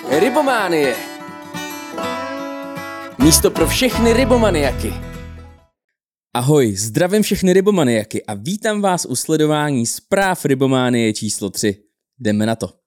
Rybománie. Místo pro všechny rybomaniaky. Ahoj, zdravím všechny rybomaniaky a vítám vás u sledování zpráv Rybománie číslo 3. Jdeme na to.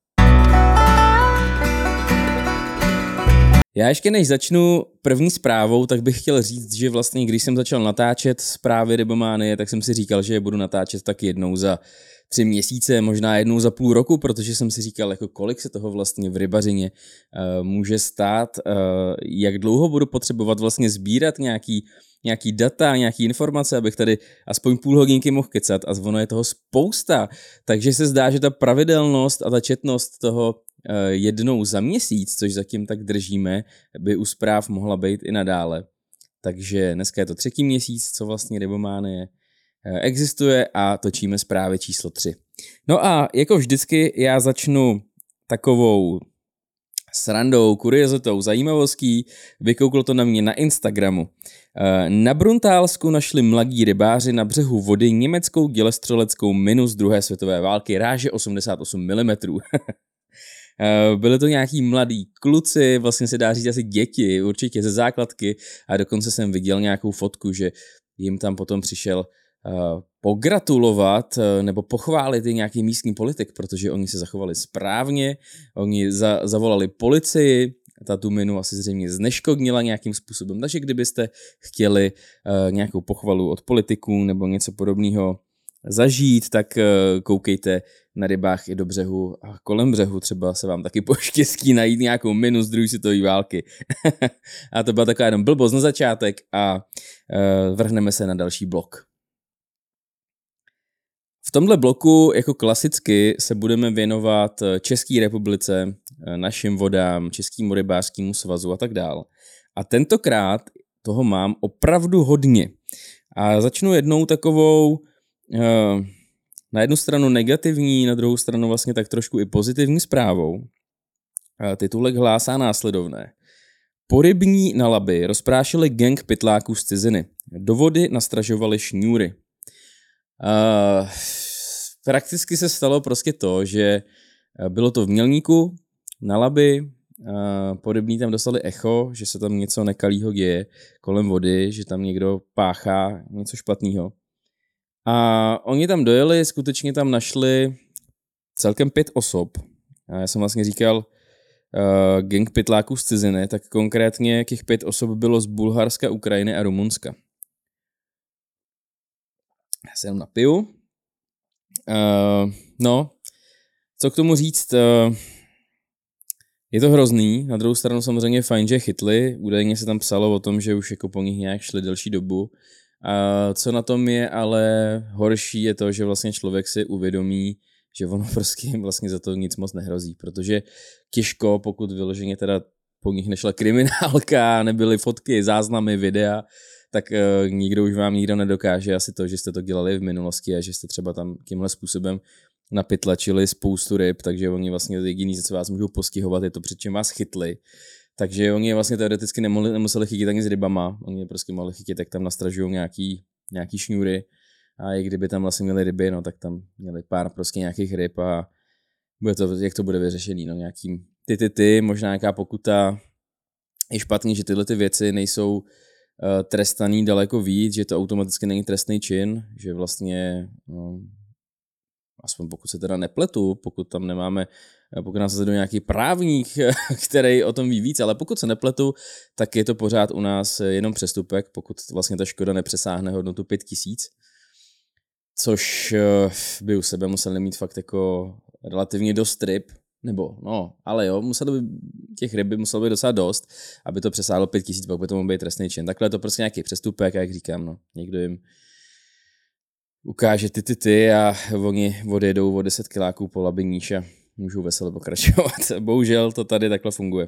Já ještě než začnu první zprávou, tak bych chtěl říct, že vlastně když jsem začal natáčet zprávy Rybománie, tak jsem si říkal, že je budu natáčet tak jednou za 3 měsíce, možná jednou za půl roku, protože jsem si říkal, jako kolik se toho vlastně v rybařině může stát, jak dlouho budu potřebovat vlastně sbírat nějaký data, nějaký informace, abych tady aspoň půl hodinky mohl kecat a ono je toho spousta, takže se zdá, že ta pravidelnost a ta četnost toho jednou za měsíc, což zatím tak držíme, by u zpráv mohla být i nadále. Takže dneska je to 3. měsíc, co vlastně Rybománie existuje a točíme zprávy číslo 3. No a jako vždycky já začnu takovou srandou, kuriozitou, zajímavostí. Vykouklo to na mě na Instagramu. Na Bruntálsku našli mladí rybáři na břehu vody německou dělostřeleckou minu z druhé světové války ráže 88 mm. Byli to nějaký mladí kluci, vlastně se dá říct asi děti, určitě ze základky a dokonce jsem viděl nějakou fotku, že jim tam potom přišel pogratulovat nebo pochválit i nějaký místní politik, protože oni se zachovali správně, oni zavolali policii, ta tu minu asi zřejmě zneškodnila nějakým způsobem, takže kdybyste chtěli nějakou pochvalu od politiků nebo něco podobného zažít, tak koukejte na rybách i do břehu a kolem břehu, třeba se vám taky poštěstí najít nějakou minu z druhé světové války. A to byla taková jenom blbost na začátek a vrhneme se na další blok. V tomhle bloku jako klasicky se budeme věnovat České republice, našim vodám, Českému rybářskému svazu a tak dál. A tentokrát toho mám opravdu hodně. A začnu jednou takovou na jednu stranu negativní, na druhou stranu vlastně tak trošku i pozitivní zprávou. Titulek hlásá následovné. Porybní na Labi rozprášili gang pytláků z ciziny. Do vody nastražovali šňůry. Prakticky se stalo prostě to, že bylo to v Mělníku na Labi, porybní tam dostali echo, že se tam něco nekalýho děje kolem vody, že tam někdo páchá něco špatného. A oni tam dojeli, skutečně tam našli celkem 5 osob. A já jsem vlastně říkal gang pytláků z ciziny, tak konkrétně těch 5 osob bylo z Bulharska, Ukrajiny a Rumunska. Já se jenom napiju. No, co k tomu říct? Je to hrozný, na druhou stranu samozřejmě fajn, že chytli. Údajně se tam psalo o tom, že už jako po nich nějak šli delší dobu. A co na tom je ale horší je to, že vlastně člověk si uvědomí, že ono prostě vlastně za to nic moc nehrozí, protože těžko, pokud vyloženě teda po nich nešla kriminálka, nebyly fotky, záznamy, videa, tak nikdo už vám nikdo nedokáže asi to, že jste to dělali v minulosti a že jste třeba tam tímhle způsobem napytlačili spoustu ryb, takže oni vlastně jediný, co vás můžou postihovat, je to, před čím vás chytli. Takže oni je vlastně teoreticky nemuseli chytit ani s rybama, oni je prostě mohli chytit, tak tam nastražují nějaký šňůry a i kdyby tam vlastně měli ryby, no tak tam měli pár prostě nějakých ryb a bude to, jak to bude vyřešený, no nějakým možná nějaká pokuta. Je špatný, že tyhle ty věci nejsou trestaný daleko víc, že to automaticky není trestný čin, že vlastně, no, aspoň pokud se teda nepletu, pokud nás zvedou nějaký právník, který o tom ví víc, ale pokud se nepletu, tak je to pořád u nás jenom přestupek, pokud vlastně ta škoda nepřesáhne hodnotu 5 000, což by u sebe museli mít fakt jako relativně dost ryb, nebo no, ale jo, těch ryb by muselo být docela dost, aby to přesáhlo 5 000, pak by to mohl být trestný čin. Takhle je to prostě nějaký přestupek, jak říkám, no, někdo jim ukáže ty a oni odjedou o 10 kiláků po Labi níž a můžou veselé pokračovat. Bohužel to tady takhle funguje.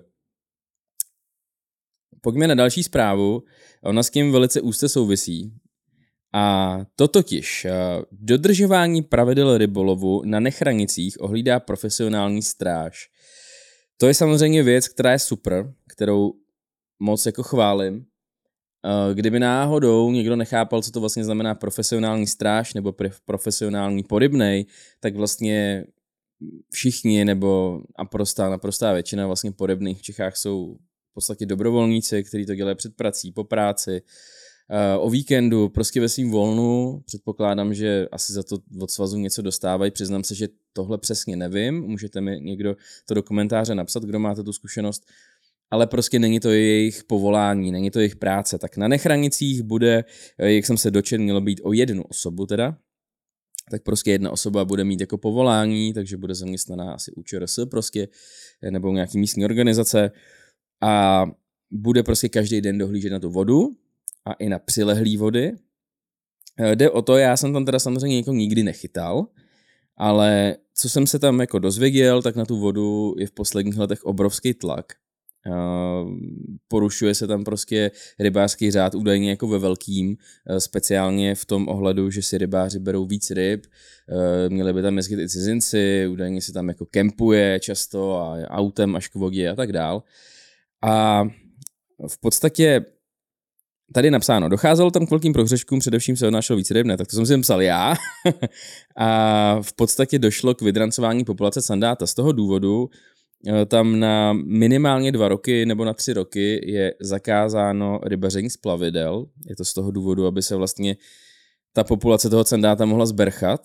Pojďme na další zprávu. Ona s tím velice úzce souvisí. A to totiž dodržování pravidel rybolovu na nechranicích ohlídá profesionální stráž. To je samozřejmě věc, která je super, kterou moc jako chválím. Kdyby náhodou někdo nechápal, co to vlastně znamená profesionální stráž nebo profesionální porybnej, tak vlastně všichni nebo naprostá většina vlastně porybných v Čechách jsou v podstatě dobrovolníci, kteří to dělají před prací, po práci, o víkendu, prostě ve svým volnu. Předpokládám, že asi za to od svazu něco dostávají. Přiznám se, že tohle přesně nevím. Můžete mi někdo to do komentáře napsat, kdo máte tu zkušenost. Ale prostě není to jejich povolání, není to jejich práce. Tak na Nechranicích bude, jak jsem se dočetl, mělo být o jednu osobu teda. Tak prostě jedna osoba bude mít jako povolání, takže bude zaměstnaná asi u ČRS prostě, nebo nějaký místní organizace a bude prostě každý den dohlížet na tu vodu a i na přilehlý vody. Jde o to, já jsem tam teda samozřejmě jako nikdy nechytal, ale co jsem se tam jako dozvěděl, tak na tu vodu je v posledních letech obrovský tlak. Porušuje se tam prostě rybářský řád údajně jako ve velkým, speciálně v tom ohledu, že si rybáři berou víc ryb, měli by tam jezdit i cizinci, údajně se tam jako kempuje často a autem až k vodě a tak dál. A v podstatě tady je napsáno, docházelo tam k velkým prohřeškům, především se odnášelo víc ryb, ne, tak to jsem si psal já. A v podstatě došlo k vydrancování populace sandáta. Z toho důvodu tam na minimálně 2 roky nebo na 3 roky je zakázáno rybaření z plavidel. Je to z toho důvodu, aby se vlastně ta populace toho sandáta mohla zberchat.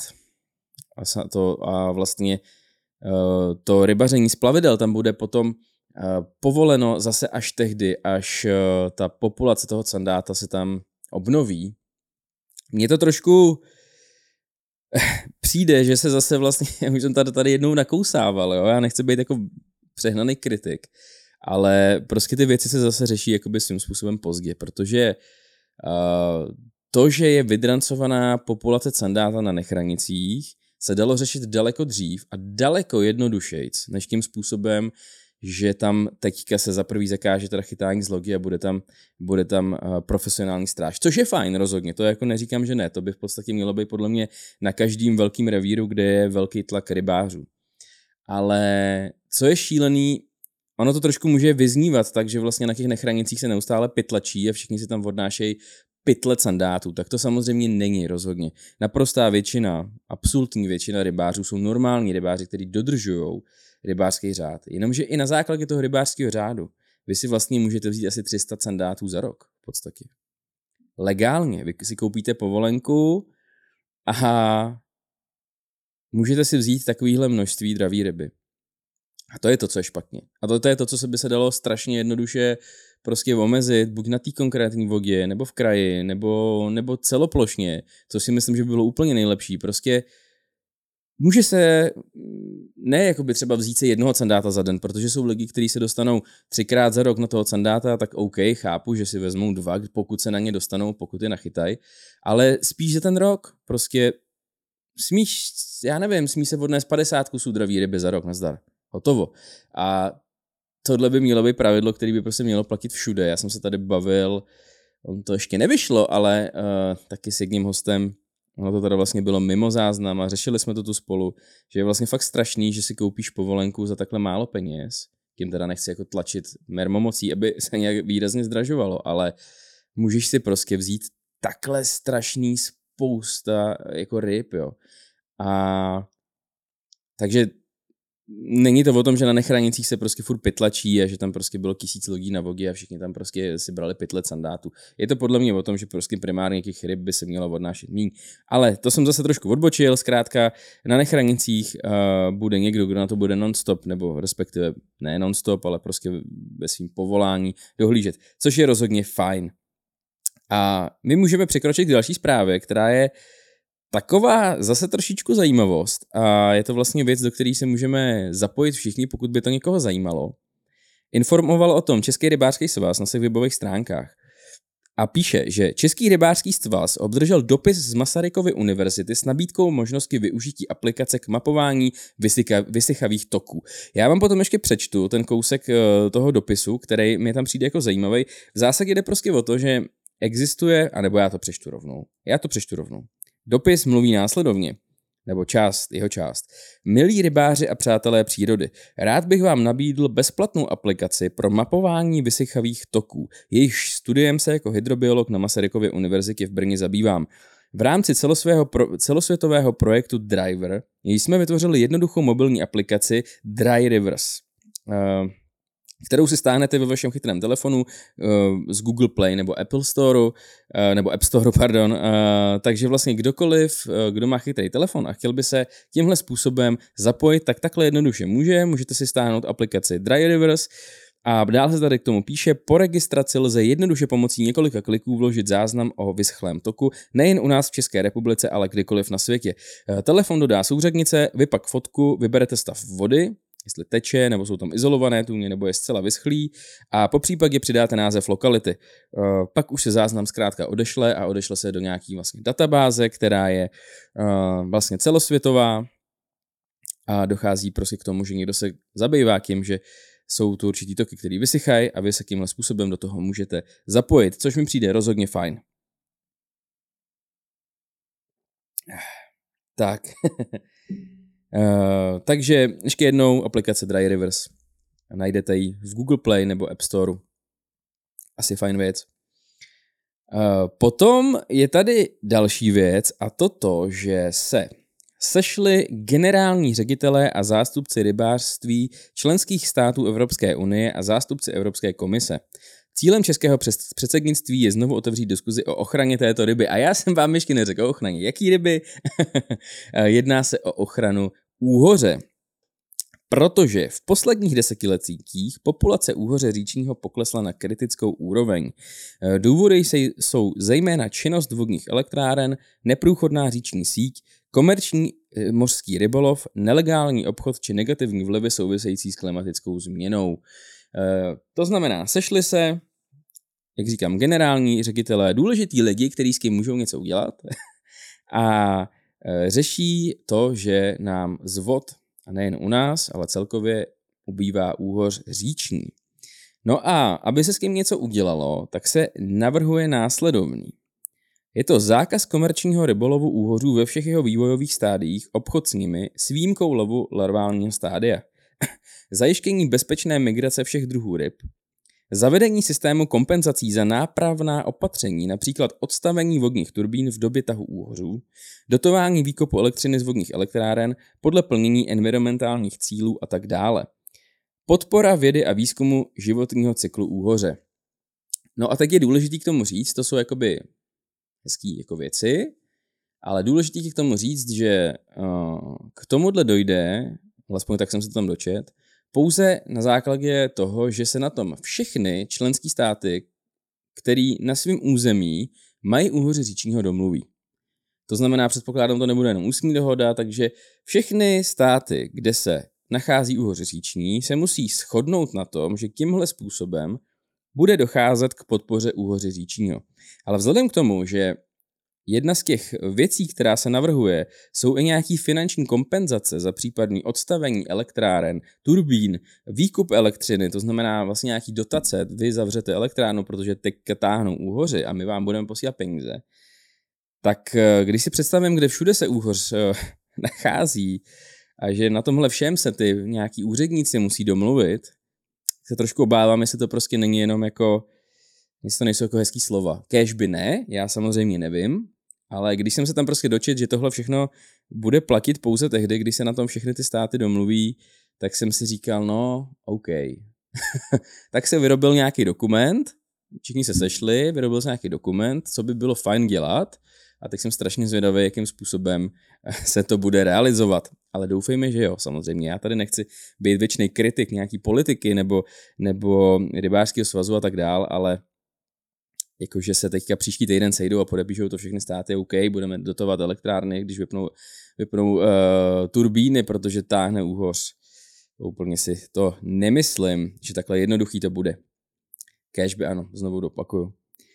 A vlastně to rybaření z plavidel tam bude potom povoleno zase až tehdy, až ta populace toho sandáta se tam obnoví. Mně to trošku přijde, že se zase vlastně, už jsem tady jednou nakousával, jo? Já nechci být jako přehnaný kritik, ale prostě ty věci se zase řeší jakoby svým způsobem pozdě, protože to, že je vydrancovaná populace sandáta na Nechranicích, se dalo řešit daleko dřív a daleko jednodušejc, než tím způsobem, že tam teďka se za prvý zakáže teda chytání z logy a bude tam profesionální stráž. Což je fajn rozhodně, to jako neříkám, že ne, to by v podstatě mělo být podle mě na každém velkým revíru, kde je velký tlak rybářů. Ale co je šílený, ono to trošku může vyznívat tak, že vlastně na těch Nechranicích se neustále pytlačí a všichni si tam odnášejí pytle sandátů, tak to samozřejmě není rozhodně. Naprostá většina, absolutní většina rybářů jsou normální rybáři, kteří dodržují rybářský řád. Jenomže i na základě toho rybářského řádu vy si vlastně můžete vzít asi 300 sandátů za rok v podstatě. Legálně. Vy si koupíte povolenku a můžete si vzít takovýhle množství draví ryby. A to je to, co je špatně. A to je to, co by se dalo strašně jednoduše prostě omezit, buď na té konkrétní vodě, nebo v kraji, nebo celoplošně, co si myslím, že by bylo úplně nejlepší. Prostě může se ne jakoby třeba vzít si jednoho sandáta za den, protože jsou lidi, kteří se dostanou 3krát za rok na toho sandáta, tak OK, chápu, že si vezmou 2, pokud se na ně dostanou, pokud je nachytají, ale spíš za ten rok, prostě smí se odnést 50 kusů draví ryby za rok, nazdar. Hotovo. A tohle by mělo být pravidlo, které by prostě mělo platit všude. Já jsem se tady bavil, on to ještě nevyšlo, ale taky s jedním hostem, ono to teda vlastně bylo mimo záznam a řešili jsme to tu spolu, že je vlastně fakt strašný, že si koupíš povolenku za takhle málo peněz, tím teda nechci jako tlačit mermomocí, aby se nějak výrazně zdražovalo, ale můžeš si prostě vzít takhle strašný spousta jako ryb, jo. A takže není to o tom, že na Nechranicích se prostě furt pytlačí a že tam prostě bylo 1000 lidí na vodě a všichni tam prostě si brali pytle sandátu. Je to podle mě o tom, že prostě primárně těch ryb by se mělo odnášet míň. Ale to jsem zase trošku odbočil, zkrátka na Nechranicích bude někdo, kdo na to bude non-stop, nebo respektive ne non-stop, ale prostě ve svým povolání dohlížet, což je rozhodně fajn. A my můžeme překročit k další zprávě, která je taková zase trošičku zajímavost a je to vlastně věc, do které se můžeme zapojit všichni, pokud by to někoho zajímalo. Informoval o tom Český rybářský svaz na svých webových stránkách a píše, že Český rybářský svaz obdržel dopis z Masarykovy univerzity s nabídkou možnosti využití aplikace k mapování vysychavých toků. Já vám potom ještě přečtu ten kousek toho dopisu, který mi tam přijde jako zajímavý. V zásadě jde prostě o to, že existuje, anebo já to přečtu rovnou. Dopis mluví následovně, nebo jeho část. Milí rybáři a přátelé přírody, rád bych vám nabídl bezplatnou aplikaci pro mapování vysychavých toků. Jejichž studiem se jako hydrobiolog na Masarykově univerzitě v Brně zabývám. V rámci celosvětového projektu Driver jsme vytvořili jednoduchou mobilní aplikaci Dry Rivers, kterou si stáhnete ve vašem chytrém telefonu z Google Play nebo Apple Store, nebo App Store, pardon. Takže vlastně kdokoliv, kdo má chytrý telefon a chtěl by se tímhle způsobem zapojit, tak takhle jednoduše můžete si stáhnout aplikaci Dry Rivers. A dál se tady k tomu píše, po registraci lze jednoduše pomocí několika kliků vložit záznam o vyschlém toku, nejen u nás v České republice, ale kdykoliv na světě. Telefon dodá souřadnice, vy pak fotku, vyberete stav vody, jestli teče, nebo jsou tam izolované tůně, nebo je zcela vyschlý, a po případě přidáte název lokality. Pak už se záznam zkrátka odešle se do nějaký vlastně databáze, která je vlastně celosvětová, a dochází prostě k tomu, že někdo se zabývá tím, že jsou tu určitý toky, které vysychají, a vy se tímhle způsobem do toho můžete zapojit, což mi přijde rozhodně fajn. Tak. Takže ještě jednou aplikace Dry Rivers. Najdete ji v Google Play nebo App Store. Asi fajn věc. Potom je tady další věc, a to, že se sešli generální ředitelé a zástupci rybářství členských států Evropské unie a zástupci Evropské komise. Cílem českého předsednictví je znovu otevřít diskuzi o ochraně této ryby. A já jsem vám ještě neřekl o ochraně. Jaký ryby? Jedná se o ochranu úhoře. Protože v posledních desetiletích populace úhoře říčního poklesla na kritickou úroveň. Důvody jsou zejména činnost vodních elektráren, neprůchodná říční síť, komerční mořský rybolov, nelegální obchod či negativní vlivy související s klimatickou změnou. To znamená, sešli se, jak říkám, generální ředitelé, důležitý lidi, kteří s tím můžou něco udělat, a řeší to, že nám z vod, a nejen u nás, ale celkově ubývá úhoř říční. No a aby se s tím něco udělalo, tak se navrhuje následovný. Je to zákaz komerčního rybolovu úhořů ve všech jeho vývojových stádiích, obchod s nimi s výjimkou lovu larválního stádia. Zajištění bezpečné migrace všech druhů ryb. Zavedení systému kompenzací za nápravná opatření, například odstavení vodních turbín v době tahu úhořů, dotování výkopu elektřiny z vodních elektráren podle plnění environmentálních cílů a tak dále. Podpora vědy a výzkumu životního cyklu úhoře. No a tak je důležitý k tomu říct, to jsou jakoby hezký jako věci, ale důležitý k tomu říct, že k tomuhle dojde, alespoň tak jsem se tam dočet, pouze na základě toho, že se na tom všechny členské státy, který na svém území mají úhoře říčního, domluví. To znamená, předpokládám, to nebude jenom ústní dohoda, takže všechny státy, kde se nachází úhoře říční, se musí shodnout na tom, že tímhle způsobem bude docházet k podpoře úhoře říčního. Ale vzhledem k tomu, že jedna z těch věcí, která se navrhuje, jsou i nějaký finanční kompenzace za případný odstavení elektráren, turbín, výkup elektřiny, to znamená vlastně nějaký dotace, vy zavřete elektrárnu, protože teďka táhnou úhoři a my vám budeme posílat peníze. Tak když si představím, kde všude se úhoř nachází a že na tomhle všem se ty nějaký úředníci musí domluvit, se trošku obávám, jestli to prostě není jenom jako, jestli to nejsou jako hezký slova. Kéž by ne, já samozřejmě nevím, ale když jsem se tam prostě dočet, že tohle všechno bude platit pouze tehdy, když se na tom všechny ty státy domluví, tak jsem si říkal, no, OK. Tak se vyrobil nějaký dokument, všichni se sešli, vyrobil se nějaký dokument, co by bylo fajn dělat, a teď jsem strašně zvědavý, jakým způsobem se to bude realizovat. Ale doufejme, že jo, samozřejmě. Já tady nechci být věčný kritik nějaký politiky nebo rybářského svazu a tak dál, ale jakože se teďka příští týden sejdou a podepíšou to všechny státy, OK, budeme dotovat elektrárny, když vypnou turbíny, protože táhne úhoř. Úplně si to nemyslím, že takhle jednoduchý to bude. Kéž by ano, znovu dopakuju.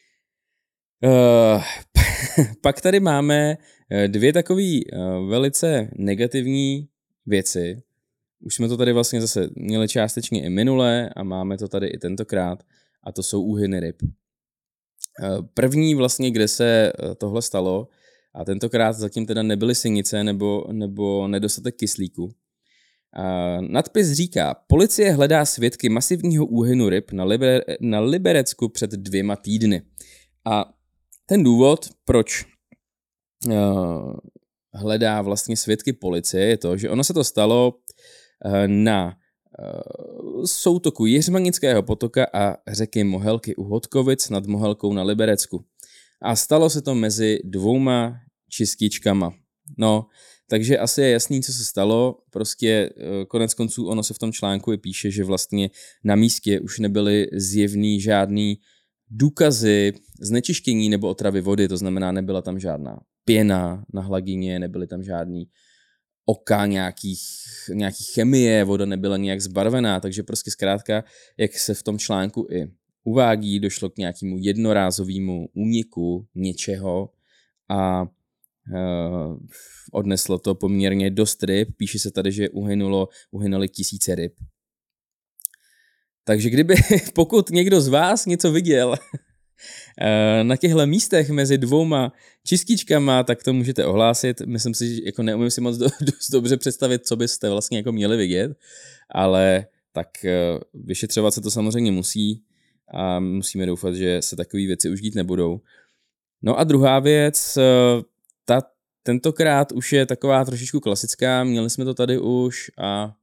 Pak tady máme dvě takové velice negativní věci. Už jsme to tady vlastně zase měli částečně i minule a máme to tady i tentokrát, a to jsou úhyny ryb. První vlastně, kde se tohle stalo, a tentokrát zatím teda nebyly sinice nebo nedostatek kyslíku. Nadpis říká, policie hledá svědky masivního úhynu ryb na Liberecku před 2 týdny. A ten důvod, proč hledá vlastně svědky policie, je to, že ono se to stalo na soutoku Jiřmanického potoka a řeky Mohelky u Hodkovic nad Mohelkou na Liberecku. A stalo se to mezi 2 čističkama. No, takže asi je jasný, co se stalo. Prostě konec konců ono se v tom článku i píše, že vlastně na místě už nebyly zjevný žádný důkazy znečištění nebo otravy vody, to znamená, nebyla tam žádná pěna na hladině, nebyly tam žádný oka nějaký chemie, voda nebyla nějak zbarvená, takže prostě zkrátka, jak se v tom článku i uvádí, došlo k nějakému jednorázovému úniku něčeho a odneslo to poměrně dost ryb. Píše se tady, že uhynuly tisíce ryb. Takže pokud někdo z vás něco viděl na těchto místech mezi 2 čističkama, tak to můžete ohlásit. Myslím si, že jako neumím si moc dost dobře představit, co byste vlastně jako měli vidět, ale tak vyšetřovat se to samozřejmě musí a musíme doufat, že se takové věci už dít nebudou. No a druhá věc, tentokrát už je taková trošičku klasická, měli jsme to tady už a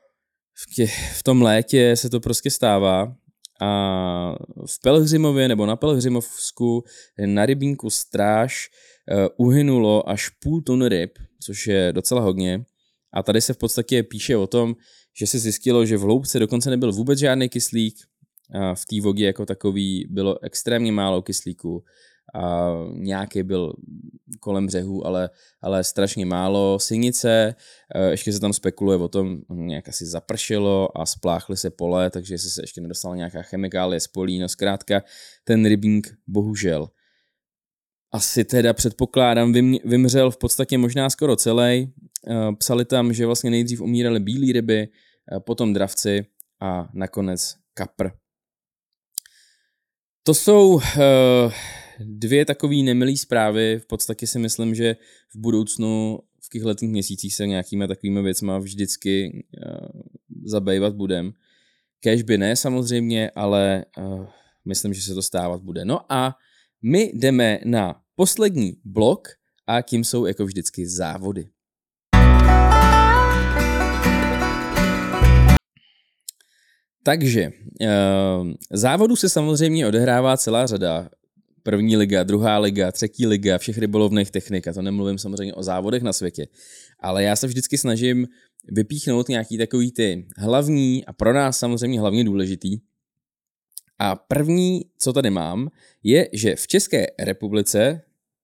v tom létě se to prostě stává. A v Pelhřimově nebo na Pelhřimovsku na rybníku Stráž uhynulo až 0,5 tuny ryb, což je docela hodně. A tady se v podstatě píše o tom, že se zjistilo, že v hloubce dokonce nebyl vůbec žádný kyslík. A v té vodě jako takový bylo extrémně málo kyslíku. A nějaký byl kolem břehu, ale strašně málo. Sinice, ještě se tam spekuluje o tom, nějak asi zapršelo a spláchly se pole, takže se ještě nedostala nějaká chemikálie z polí. No zkrátka, ten rybník bohužel asi teda předpokládám vymřel v podstatě možná skoro celý. Psali tam, že vlastně nejdřív umíraly bílé ryby, potom dravci a nakonec kapr. To jsou 2 takové nemilé zprávy. V podstatě si myslím, že v budoucnu v těchto měsících se nějakýma takovými věcma vždycky zabývat budem. Kéž by ne samozřejmě, ale myslím, že se to stávat bude. No a my jdeme na poslední blok a tím jsou jako vždycky závody. Takže závodů se samozřejmě odehrává celá řada. 1. liga, 2. liga, 3. liga, všech rybolovných technik, a to nemluvím samozřejmě o závodech na světě. Ale já se vždycky snažím vypíchnout nějaký takový ty hlavní a pro nás samozřejmě hlavně důležitý. A první, co tady mám, je, že v České republice,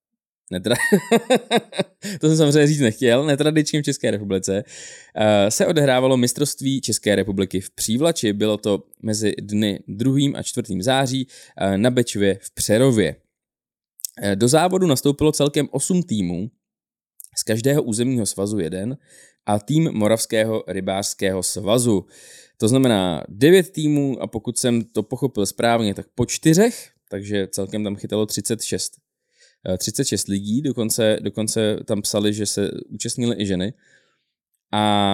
to jsem samozřejmě říct nechtěl, netradičně v České republice, se odehrávalo mistrovství České republiky v Přívlači. Bylo to mezi dny 2. a 4. září na Bečvě v Přerově. Do závodu nastoupilo celkem 8 týmů, z každého územního svazu 1 a tým Moravského rybářského svazu. To znamená 9 týmů a pokud jsem to pochopil správně, tak po 4, takže celkem tam chytalo 36 lidí, dokonce tam psali, že se účastnily i ženy. A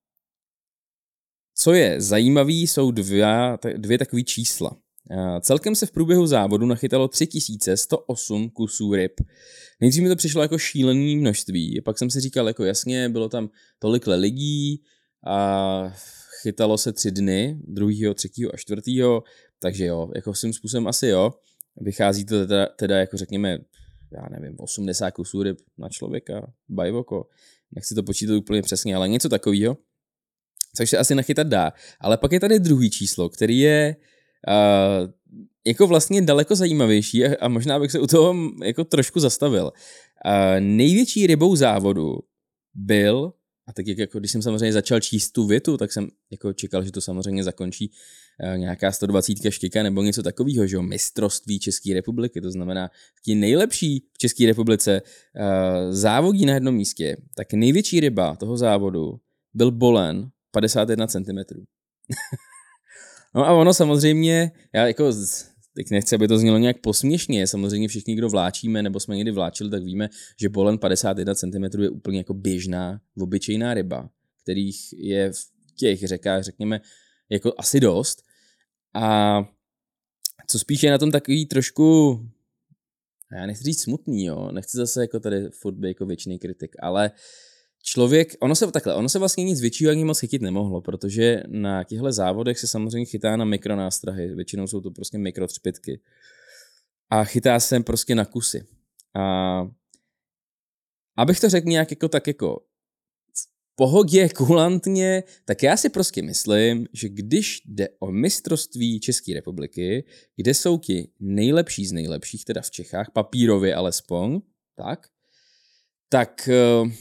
co je zajímavé, jsou 2 takové čísla. Celkem se v průběhu závodu nachytalo 3108 kusů ryb. Nejdřív mi to přišlo jako šílené množství, pak jsem si říkal, jako jasně, bylo tam tolikle lidí a chytalo se 3 dny, 2., 3. a 4., takže jo, jako svým způsobem asi jo. Vychází to teda jako řekněme, já nevím, 80 kusů ryb na člověka, bajvoko. Nechci to počítat úplně přesně, ale něco takového, což se asi nachytat dá. Ale pak je tady druhý číslo, který je jako vlastně daleko zajímavější a možná bych se u toho jako trošku zastavil. Největší rybou závodu byl, a tak jako když jsem samozřejmě začal číst tu větu, tak jsem jako čekal, že to samozřejmě zakončí nějaká 120 štika nebo něco takového, že jo, mistrovství České republiky, to znamená ti nejlepší v České republice závodí na jednom místě, tak největší ryba toho závodu byl bolen 51 cm. No a ono samozřejmě, já jako teď nechci, aby to znělo nějak posměšně, samozřejmě všichni, kdo vláčíme nebo jsme někdy vláčili, tak víme, že bolen 51 cm je úplně jako běžná, obyčejná ryba, kterých je v těch řekách, řekněme, jako asi dost. A co spíš je na tom takový trošku já nechci říct smutný, jo, nechci zase jako tady furt být jako věčný kritik, ale člověk, ono se vlastně nic většího ani moc chytit nemohlo, protože na těchto závodech se samozřejmě chytá na mikronástrahy, většinou jsou to prostě mikrotřpytky. A chytá se prostě na kusy. A abych to řekl nějak jako tak jako v pohodě, kulantně, tak já si prostě myslím, že když jde o mistrovství České republiky, kde jsou ti nejlepší z nejlepších, teda v Čechách, papírově alespoň, tak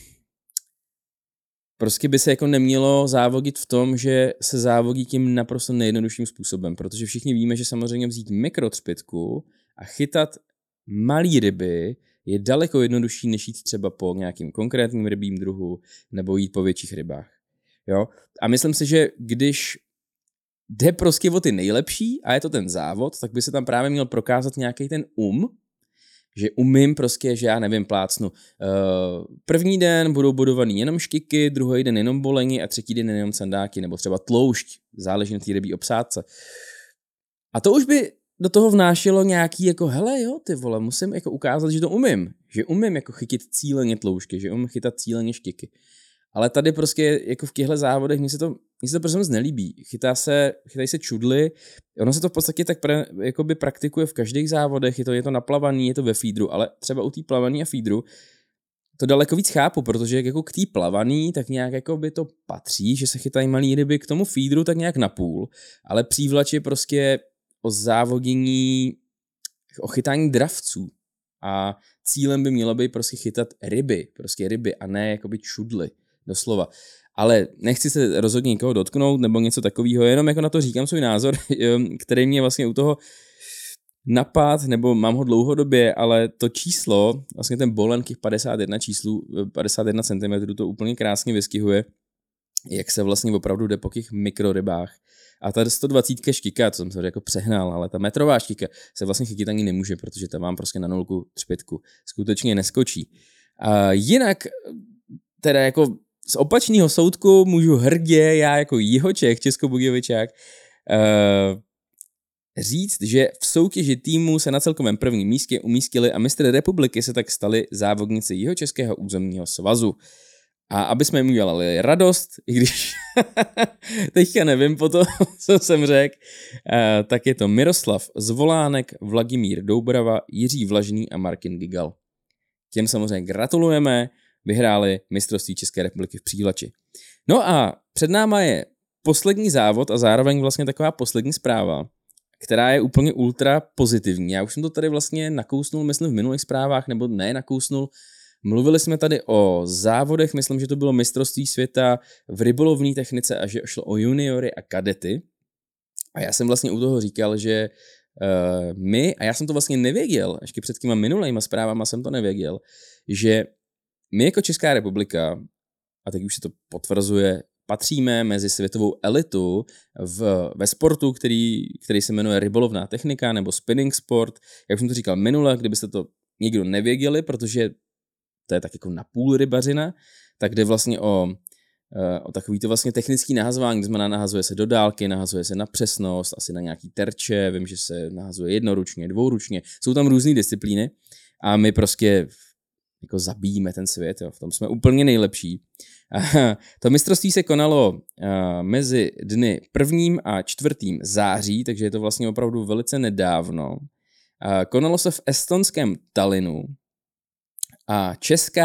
prostě by se jako nemělo závodit v tom, že se závodí tím naprosto nejjednodušším způsobem, protože všichni víme, že samozřejmě vzít mikrotřpytku a chytat malý ryby je daleko jednodušší, než jít třeba po nějakým konkrétním rybím druhu nebo jít po větších rybách. Jo? A myslím si, že když jde prostě o ty nejlepší a je to ten závod, tak by se tam právě měl prokázat nějaký ten že umím prostě, že já nevím, plácnu. První den budou bodovaný jenom škiky, druhý den jenom boleni a třetí den jenom sandáky, nebo třeba tloušť, záleží na té rybí obsádce. A to už by do toho vnášelo nějaký jako, hele jo, ty vole, musím jako ukázat, že to umím. Že umím jako chytit cíleně tloušťky, že umím chytat cíleně škiky. Ale tady prostě jako v těchto závodech mně se to prostě moc nelíbí. Chytají se čudly, ono se to v podstatě tak jakoby praktikuje v každých závodech, je to na plavaní, je to ve feedru, ale třeba u té plavaní a feedru to daleko víc chápu, protože jako k té plavaný tak nějak jako by to patří, že se chytají malý ryby, k tomu feedru tak nějak napůl, ale přívlač je prostě o závodění, o chytání dravců a cílem by mělo být prostě chytat ryby a ne jakoby čudly, doslova. Ale nechci se rozhodně nikoho dotknout nebo něco takového, jenom jako na to říkám svůj názor, který mě vlastně u toho napad, nebo mám ho dlouhodobě, ale to číslo, vlastně ten bolen těch 51 cm to úplně krásně vystihuje, jak se vlastně opravdu jde po těch mikrorybách. A ta 120 štika, to jsem se jako přehnal, ale ta metrová štika se vlastně chytit ani nemůže, protože tam mám prostě na nulku třpytku. Skutečně neskočí. A jinak, teda jako z opačného soudku můžu hrdě, já jako Jihočech, Českobudějovičák, říct, že v soutěži týmu se na celkovém prvním místě umístili a mistry republiky se tak stali závodníci Jihočeského územního svazu. A aby jsme jim udělali radost, i když teďka nevím po to, co jsem řekl, tak je to Miroslav Zvolánek, Vladimír Doubrava, Jiří Vlažný a Martin Gigal. Těm samozřejmě gratulujeme, vyhráli mistrovství České republiky v přívlači. No a před náma je poslední závod a zároveň vlastně taková poslední zpráva, která je úplně ultra pozitivní. Já už jsem to tady vlastně nakousnul, myslím v minulých zprávách, nebo ne nakousnul. Mluvili jsme tady o závodech, myslím, že to bylo mistrovství světa v rybolovné technice a že šlo o juniory a kadety. A já jsem vlastně u toho říkal, že a já jsem to vlastně nevěděl, ještě před těma minulejma zprávama jsem to nevěděl, že my jako Česká republika, a teď už se to potvrzuje, patříme mezi světovou elitu ve sportu, který se jmenuje rybolovná technika nebo spinning sport. Jak jsem to říkal minule, kdybyste to nikdo nevěděli, protože to je tak jako napůl rybařina, tak jde vlastně o takový to vlastně technický nahazování, znamená nahazuje se do dálky, nahazuje se na přesnost, asi na nějaký terče, vím, že se nahazuje jednoručně, dvouručně, jsou tam různé disciplíny a my prostě jako zabíjíme ten svět, jo. V tom jsme úplně nejlepší. To mistrovství se konalo mezi dny 1. a 4. září, takže je to vlastně opravdu velice nedávno. Konalo se v estonském Tallinnu a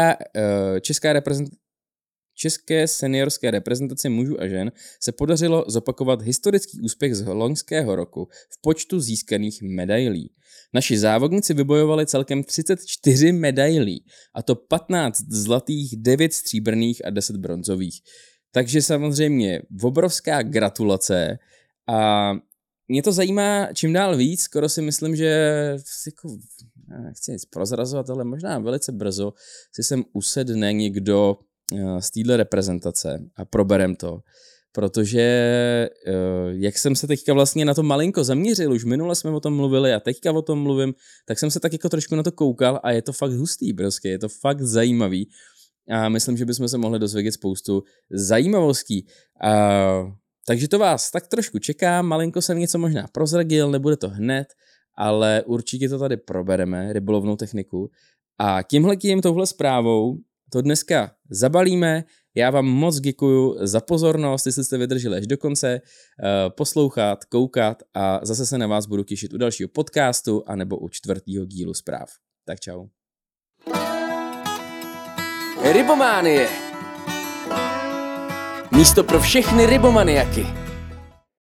české seniorské reprezentaci mužů a žen se podařilo zopakovat historický úspěch z loňského roku v počtu získaných medailí. Naši závodníci vybojovali celkem 34 medailí, a to 15 zlatých, 9 stříbrných a 10 bronzových. Takže samozřejmě obrovská gratulace a mě to zajímá čím dál víc, skoro si myslím, že jako, nechci nic prozrazovat, ale možná velice brzo si sem usedne někdo z téhle reprezentace a proberem to, protože jak jsem se teďka vlastně na to malinko zaměřil, už minule jsme o tom mluvili a teďka o tom mluvím, tak jsem se tak jako trošku na to koukal a je to fakt hustý prostě, je to fakt zajímavý a myslím, že bychom se mohli dozvědět spoustu zajímavostí. Takže to vás tak trošku čeká, malinko jsem něco možná prozradil, nebude to hned, ale určitě to tady probereme, rybolovnou techniku. A touhle zprávou to dneska zabalíme. Já vám moc děkuju za pozornost, jestli jste vydrželi až do konce, poslouchat, koukat a zase se na vás budu těšit u dalšího podcastu anebo u 4. dílu zpráv. Tak čau. Rybománie. Místo pro všechny rybomaniaky.